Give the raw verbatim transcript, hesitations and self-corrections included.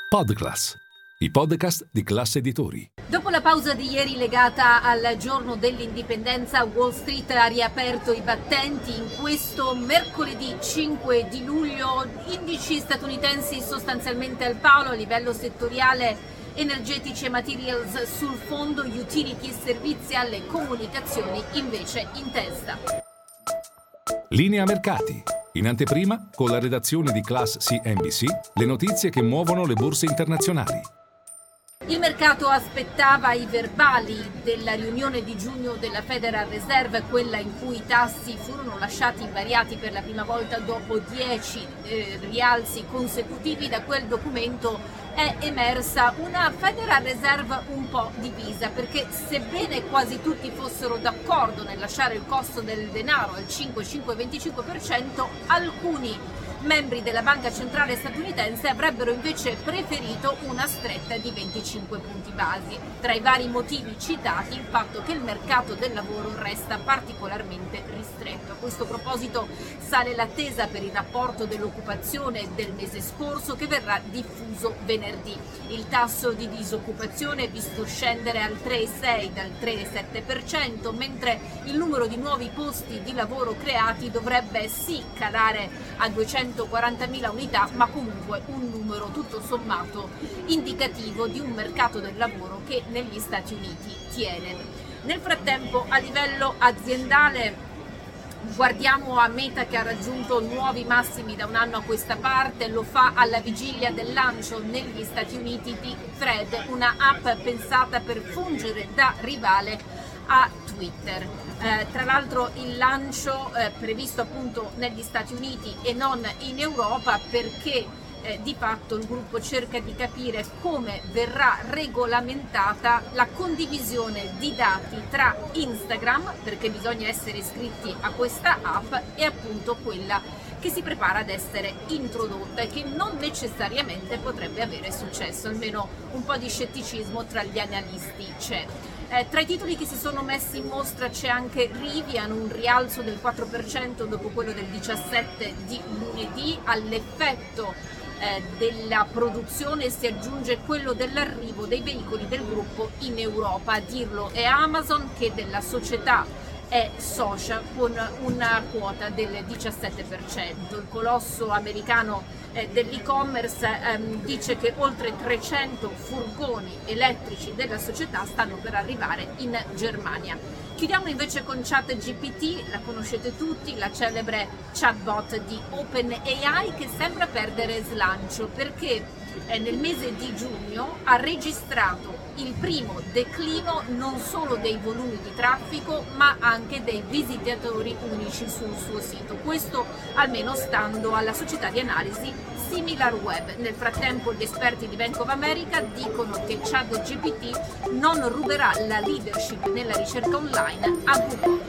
Podclass, i podcast di Class Editori. Dopo la pausa di ieri legata al giorno dell'indipendenza, Wall Street ha riaperto i battenti. In questo mercoledì cinque di luglio, indici statunitensi sostanzialmente al palo a livello settoriale, energetici e materials sul fondo, utility e servizi alle comunicazioni invece in testa. Linea mercati. In anteprima, con la redazione di Class C N B C, le notizie che muovono le borse internazionali. Il mercato aspettava i verbali della riunione di giugno della Federal Reserve, quella in cui i tassi furono lasciati invariati per la prima volta dopo dieci eh, rialzi consecutivi. Da quel documento è emersa una Federal Reserve un po' divisa, perché sebbene quasi tutti fossero d'accordo nel lasciare il costo del denaro al cinque virgola venticinque per cento, alcuni membri della Banca Centrale statunitense avrebbero invece preferito una stretta di venticinque punti basi. Tra i vari motivi citati, il fatto che il mercato del lavoro resta particolarmente ristretto. A questo proposito sale l'attesa per il rapporto dell'occupazione del mese scorso, che verrà diffuso venerdì. Il tasso di disoccupazione è visto scendere al tre virgola sei dal tre virgola sette per cento, mentre il numero di nuovi posti di lavoro creati dovrebbe sì calare a duecentoquarantamila unità, ma comunque un numero tutto sommato indicativo di un mercato del lavoro che negli Stati Uniti tiene. Nel frattempo, a livello aziendale, guardiamo a Meta, che ha raggiunto nuovi massimi da un anno a questa parte. Lo fa alla vigilia del lancio negli Stati Uniti di Thread, una app pensata per fungere da rivale a Twitter. Eh, tra l'altro il lancio eh, previsto appunto negli Stati Uniti e non in Europa, perché Eh, di fatto il gruppo cerca di capire come verrà regolamentata la condivisione di dati tra Instagram, perché bisogna essere iscritti a questa app, e appunto quella che si prepara ad essere introdotta e che non necessariamente potrebbe avere successo. Almeno un po' di scetticismo tra gli analisti c'è. Eh, tra i titoli che si sono messi in mostra c'è anche Rivian, un rialzo del quattro per cento dopo quello del diciassette di lunedì. All'effetto eh, della produzione si aggiunge quello dell'arrivo dei veicoli del gruppo in Europa. A dirlo è Amazon, che della società è socia con una quota del diciassette per cento. Il colosso americano eh, dell'e-commerce ehm, dice che oltre trecento furgoni elettrici della società stanno per arrivare in Germania. Chiudiamo invece con ChatGPT, la conoscete tutti, la celebre chatbot di OpenAI, che sembra perdere slancio perché eh, nel mese di giugno ha registrato il primo declino non solo dei volumi di traffico, ma anche dei visitatori unici sul suo sito. Questo almeno stando alla società di analisi SimilarWeb. Nel frattempo gli esperti di Bank of America dicono che ChatGPT non ruberà la leadership nella ricerca online a Google.